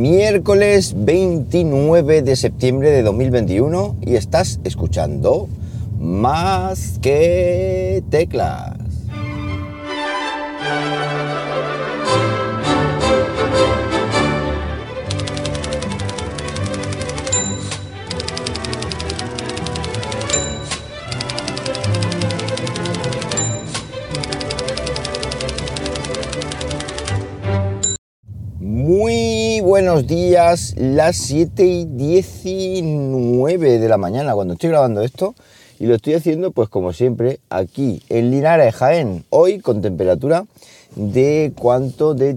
miércoles 29 de septiembre de 2021 y estás escuchando Más que Teclas. Muy buenos días, las 7:19 de la mañana cuando estoy grabando esto y lo estoy haciendo pues como siempre aquí en Linares, Jaén, hoy con temperatura de ¿cuánto? De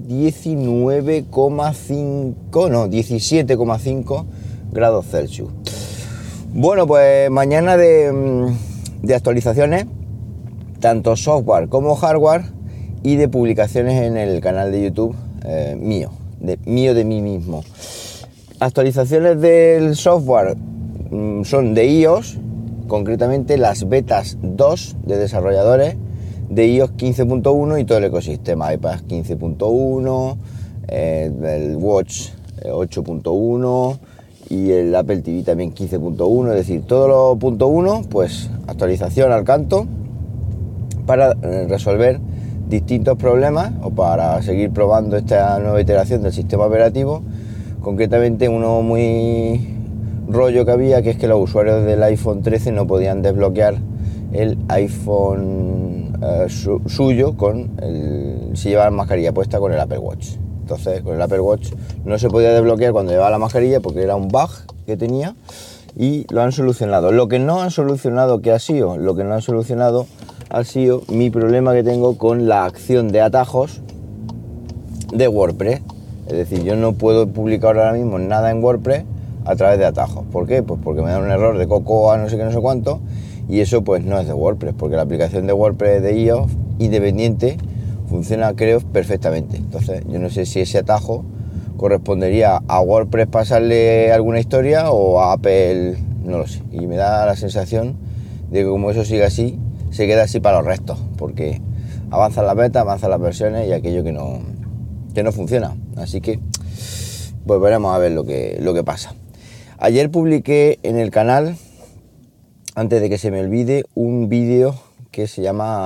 17,5 grados Celsius. Bueno, pues mañana de actualizaciones, tanto software como hardware y de publicaciones en el canal de YouTube mío de mí mismo. Actualizaciones del software son de iOS, concretamente las betas 2 de desarrolladores de iOS 15.1 y todo el ecosistema, iPad 15.1, el Watch 8.1 y el Apple TV también 15.1, es decir, todo lo .1, pues actualización al canto para resolver distintos problemas o para seguir probando esta nueva iteración del sistema operativo, concretamente uno muy rollo que había, que es que los usuarios del iPhone 13 no podían desbloquear el iPhone suyo si llevaban mascarilla puesta con el Apple Watch. Entonces con el Apple Watch no se podía desbloquear cuando llevaba la mascarilla porque era un bug que tenía y lo han solucionado. Lo que no han solucionado, ¿qué ha sido? Lo que no han solucionado ha sido mi problema que tengo con la acción de atajos de WordPress. Es decir, yo no puedo publicar ahora mismo nada en WordPress a través de atajos. ¿Por qué? Pues porque me da un error de coco a no sé qué, no sé cuánto, y eso pues no es de WordPress, porque la aplicación de WordPress de iOS independiente funciona, creo, perfectamente. Entonces yo no sé si ese atajo correspondería a WordPress pasarle alguna historia o a Apple, no lo sé. Y me da la sensación de que como eso sigue así, se queda así para los restos, porque avanzan las betas, avanzan las versiones y aquello que no funciona. Así que pues veremos a ver lo que pasa. Ayer publiqué en el canal, antes de que se me olvide, un vídeo que es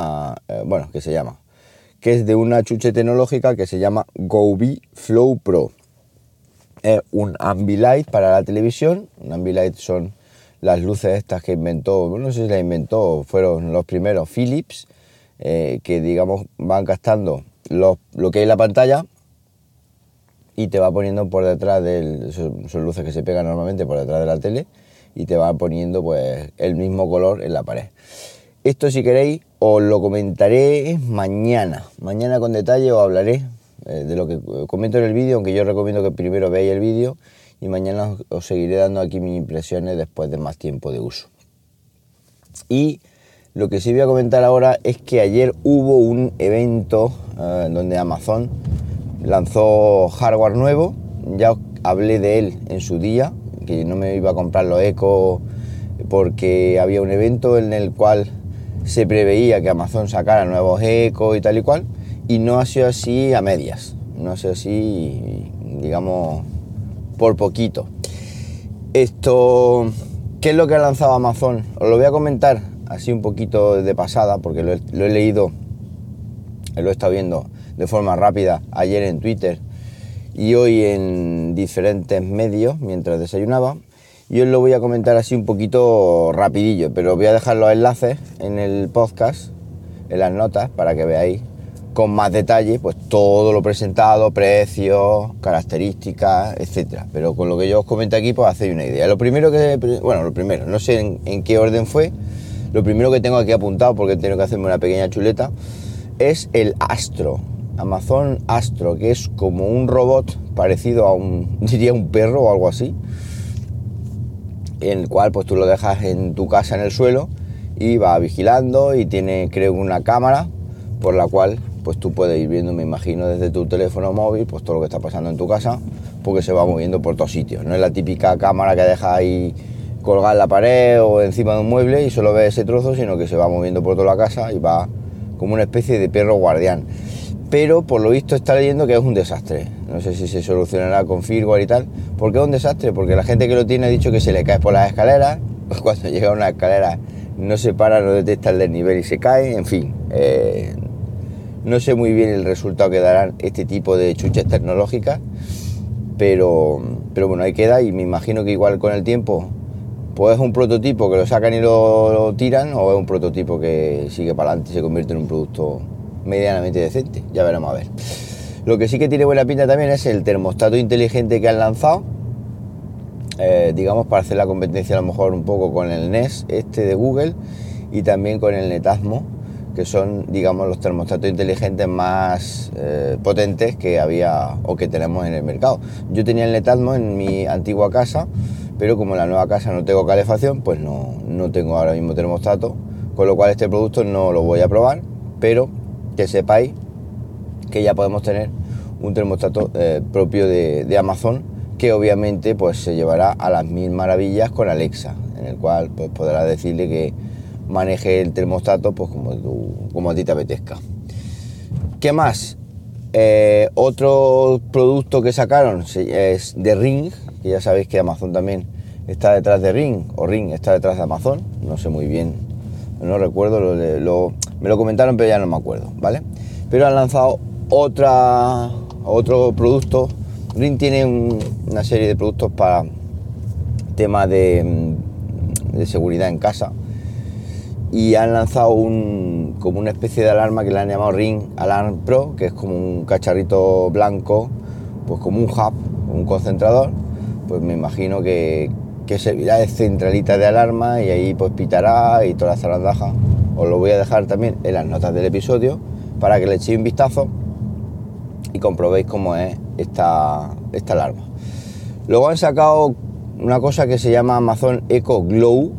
de una chuche tecnológica que se llama Govee Flow Pro. Es un Ambilight para la televisión. Un Ambilight son las luces estas que inventó, no sé si las inventó, fueron los primeros Philips, que digamos van captando lo que hay en la pantalla y te va poniendo por detrás son luces que se pegan normalmente por detrás de la tele y te va poniendo pues el mismo color en la pared. Esto, si queréis, os lo comentaré mañana con detalle, os hablaré de lo que comento en el vídeo, aunque yo recomiendo que primero veáis el vídeo y mañana os seguiré dando aquí mis impresiones después de más tiempo de uso. Y lo que sí voy a comentar ahora es que ayer hubo un evento donde Amazon lanzó hardware nuevo. Ya os hablé de él en su día, que no me iba a comprar los Echo porque había un evento en el cual se preveía que Amazon sacara nuevos Echo y tal y cual, y no ha sido así a medias, no ha sido así, digamos, por poquito. Esto, ¿qué es lo que ha lanzado Amazon? Os lo voy a comentar así un poquito de pasada, porque lo he leído, lo he estado viendo de forma rápida ayer en Twitter y hoy en diferentes medios mientras desayunaba, y os lo voy a comentar así un poquito rapidillo, pero voy a dejar los enlaces en el podcast, en las notas, para que veáis con más detalle pues todo lo presentado, precios, características, etcétera. Pero con lo que yo os comenté aquí pues hacéis una idea. Lo primero, no sé en qué orden fue, lo primero que tengo aquí apuntado, porque tengo que hacerme una pequeña chuleta, es el Astro, Amazon Astro, que es como un robot parecido a un perro o algo así, en el cual pues tú lo dejas en tu casa en el suelo y va vigilando y tiene, creo, una cámara por la cual pues tú puedes ir viendo, me imagino, desde tu teléfono móvil pues todo lo que está pasando en tu casa, porque se va moviendo por todos sitios. No es la típica cámara que dejas ahí colgada en la pared o encima de un mueble y solo ves ese trozo, sino que se va moviendo por toda la casa y va como una especie de perro guardián. pero por lo visto está leyendo que es un desastre. No sé si se solucionará con firmware y tal. ¿Por qué es un desastre? Porque la gente que lo tiene ha dicho que se le cae por las escaleras, cuando llega a una escalera no se para, no detecta el desnivel y se cae, en fin. No sé muy bien el resultado que darán este tipo de chuches tecnológicas, pero bueno, ahí queda, y me imagino que igual con el tiempo, pues es un prototipo que lo sacan y lo tiran, o es un prototipo que sigue para adelante y se convierte en un producto medianamente decente. Ya veremos a ver. Lo que sí que tiene buena pinta también es el termostato inteligente que han lanzado, digamos, para hacer la competencia a lo mejor un poco con el Nest de Google, y también con el Netatmo, que son, digamos, los termostatos inteligentes más potentes que había o que tenemos en el mercado. Yo tenía el Netatmo en mi antigua casa, pero como en la nueva casa no tengo calefacción, pues no tengo ahora mismo termostato, con lo cual este producto no lo voy a probar, pero que sepáis que ya podemos tener un termostato propio de Amazon, que obviamente pues se llevará a las mil maravillas con Alexa, en el cual pues podrás decirle que maneje el termostato pues como a ti te apetezca. ¿Qué más? Otro producto que sacaron es de Ring, que ya sabéis que Amazon también está detrás de Ring, o Ring está detrás de Amazon, no sé muy bien, no recuerdo, me lo comentaron pero ya no me acuerdo, ¿vale? Pero han lanzado otro producto. Ring tiene una serie de productos para temas de seguridad en casa, y han lanzado como una especie de alarma que le han llamado Ring Alarm Pro, que es como un cacharrito blanco, pues como un hub, un concentrador. Pues me imagino que servirá de centralita de alarma, y ahí pues pitará y toda la zarandaja. Os lo voy a dejar también en las notas del episodio para que le echéis un vistazo y comprobéis cómo es esta alarma. Luego han sacado una cosa que se llama Amazon Echo Glow,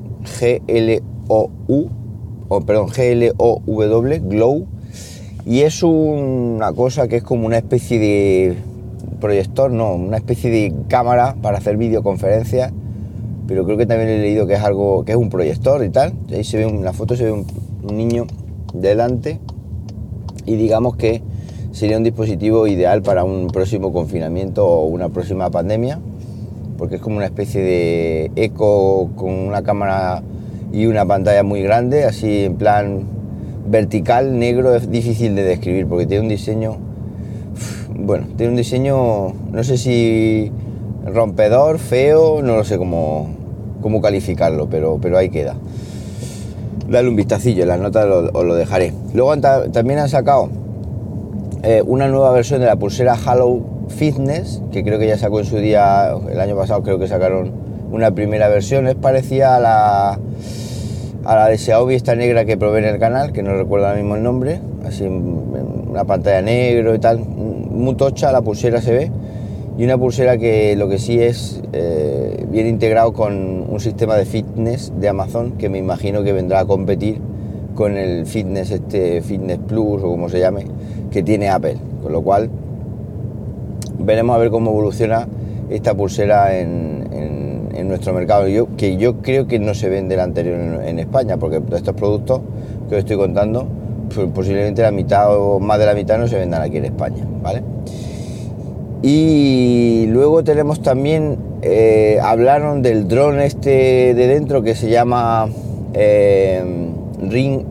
Glow, Glow, y es una cosa que es como una especie de proyector, no, una especie de cámara para hacer videoconferencias, pero creo que también he leído que es algo, que es un proyector y tal. Ahí se ve en la foto, se ve un niño delante, y digamos que sería un dispositivo ideal para un próximo confinamiento o una próxima pandemia, porque es como una especie de eco con una cámara y una pantalla muy grande, así en plan vertical, negro. Es difícil de describir porque tiene un diseño, no sé si rompedor, feo, no lo sé cómo calificarlo, pero ahí queda. Dale un vistacillo, en las notas os lo dejaré. Luego también han sacado una nueva versión de la pulsera Halo Fitness, que creo que ya sacó en su día, el año pasado creo que sacaron una primera versión. Es parecida a la de Xiaomi, esta negra que probé en el canal, que no recuerdo ahora mismo el nombre, así una pantalla negro y tal, muy tocha la pulsera se ve, y una pulsera que lo que sí es bien integrado con un sistema de fitness de Amazon, que me imagino que vendrá a competir con el Fitness Plus o como se llame, que tiene Apple, con lo cual veremos a ver cómo evoluciona esta pulsera en nuestro mercado. Yo creo que no se vende la anterior en España, porque de estos productos que os estoy contando, pues posiblemente la mitad o más de la mitad no se vendan aquí en España, ¿vale? Y luego tenemos también, hablaron del dron de dentro que se llama Ring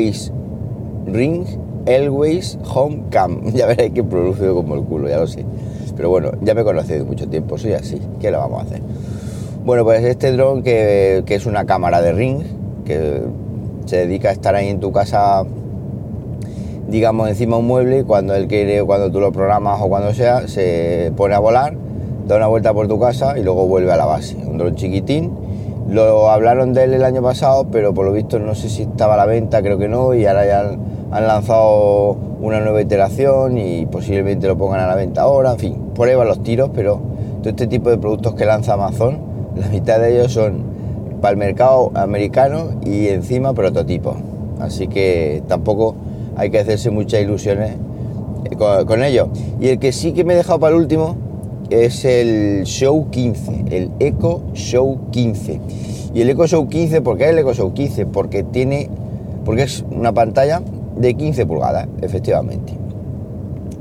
Elways Home Cam. Ya veréis que pronuncio como el culo, ya lo sé. Pero bueno, ya me conocéis de mucho tiempo, soy así. ¿Qué le vamos a hacer? Bueno, pues este dron que es una cámara de Ring, que se dedica a estar ahí en tu casa, digamos, encima de un mueble, y cuando él quiere, o cuando tú lo programas o cuando sea, se pone a volar, da una vuelta por tu casa y luego vuelve a la base. Un dron chiquitín. Lo hablaron de él el año pasado, pero por lo visto no sé si estaba a la venta, creo que no, y ahora ya han lanzado una nueva iteración y posiblemente lo pongan a la venta ahora. En fin, por ahí van los tiros, pero todo este tipo de productos que lanza Amazon, la mitad de ellos son para el mercado americano y encima prototipos, así que tampoco hay que hacerse muchas ilusiones con ellos. Y el que sí que me he dejado para el último es el Show 15, el Echo Show 15. Y el Echo Show 15, ¿por qué es el Echo Show 15? Porque es una pantalla de 15 pulgadas, efectivamente.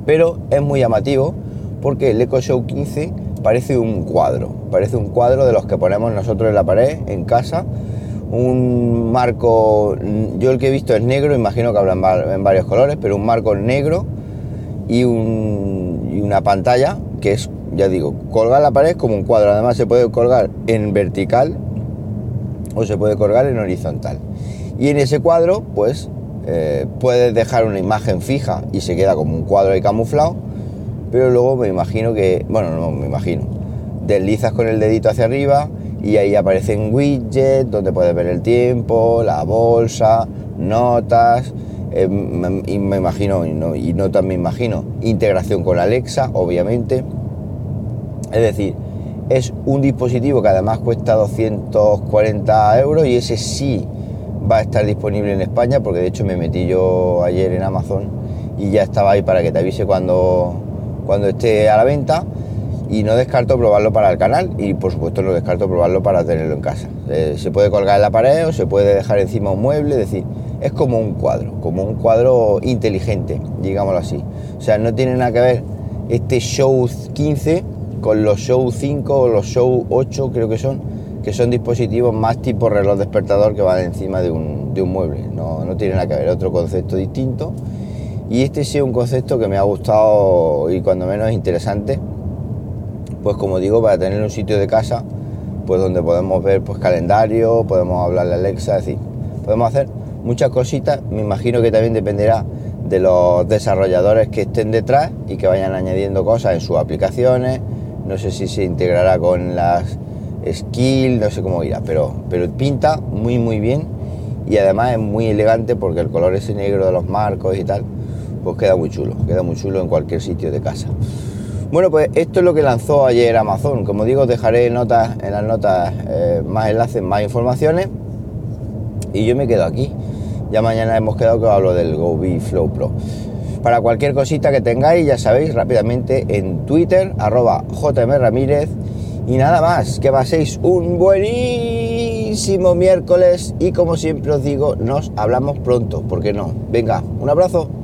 pero es muy llamativo porque el EcoShow 15 parece un cuadro de los que ponemos nosotros en la pared, en casa. Un marco, yo el que he visto es negro, imagino que habrá en varios colores, pero un marco negro y una pantalla que es, ya digo, colgar la pared como un cuadro. Además se puede colgar en vertical o se puede colgar en horizontal. Y en ese cuadro, pues, puedes dejar una imagen fija y se queda como un cuadro ahí camuflado, pero luego me imagino que, bueno, no me imagino, deslizas con el dedito hacia arriba y ahí aparecen widgets donde puedes ver el tiempo, la bolsa, notas, y me imagino, y no tan me imagino, integración con Alexa, obviamente. Es decir, es un dispositivo que además cuesta 240 euros y ese sí va a estar disponible en España, porque de hecho me metí yo ayer en Amazon y ya estaba ahí para que te avise cuando esté a la venta. Y no descarto probarlo para el canal y por supuesto no descarto probarlo para tenerlo en casa. Se puede colgar en la pared o se puede dejar encima un mueble, es decir, es como un cuadro inteligente, digámoslo así. O sea, no tiene nada que ver este Show 15 con los Show 5 o los Show 8, creo que son dispositivos más tipo reloj despertador que van encima de un mueble. No tiene nada que ver, otro concepto distinto. Y este sí es un concepto que me ha gustado y cuando menos interesante. Pues como digo, para tener un sitio de casa, pues donde podemos ver pues calendario, podemos hablarle a Alexa, es decir, podemos hacer muchas cositas. Me imagino que también dependerá de los desarrolladores que estén detrás y que vayan añadiendo cosas en sus aplicaciones. No sé si se integrará con las skills, no sé cómo irá, pero pinta muy muy bien y además es muy elegante porque el color ese negro de los marcos y tal, pues queda muy chulo en cualquier sitio de casa. Bueno, pues esto es lo que lanzó ayer Amazon. Como digo, dejaré en las notas más enlaces, más informaciones. Y yo me quedo aquí. Ya mañana hemos quedado que os hablo del Gobi Flow Pro. Para cualquier cosita que tengáis, ya sabéis, rápidamente en Twitter, @jmramírez. Y nada más, que paséis un buenísimo miércoles. Y como siempre os digo, nos hablamos pronto, ¿por qué no? Venga, un abrazo.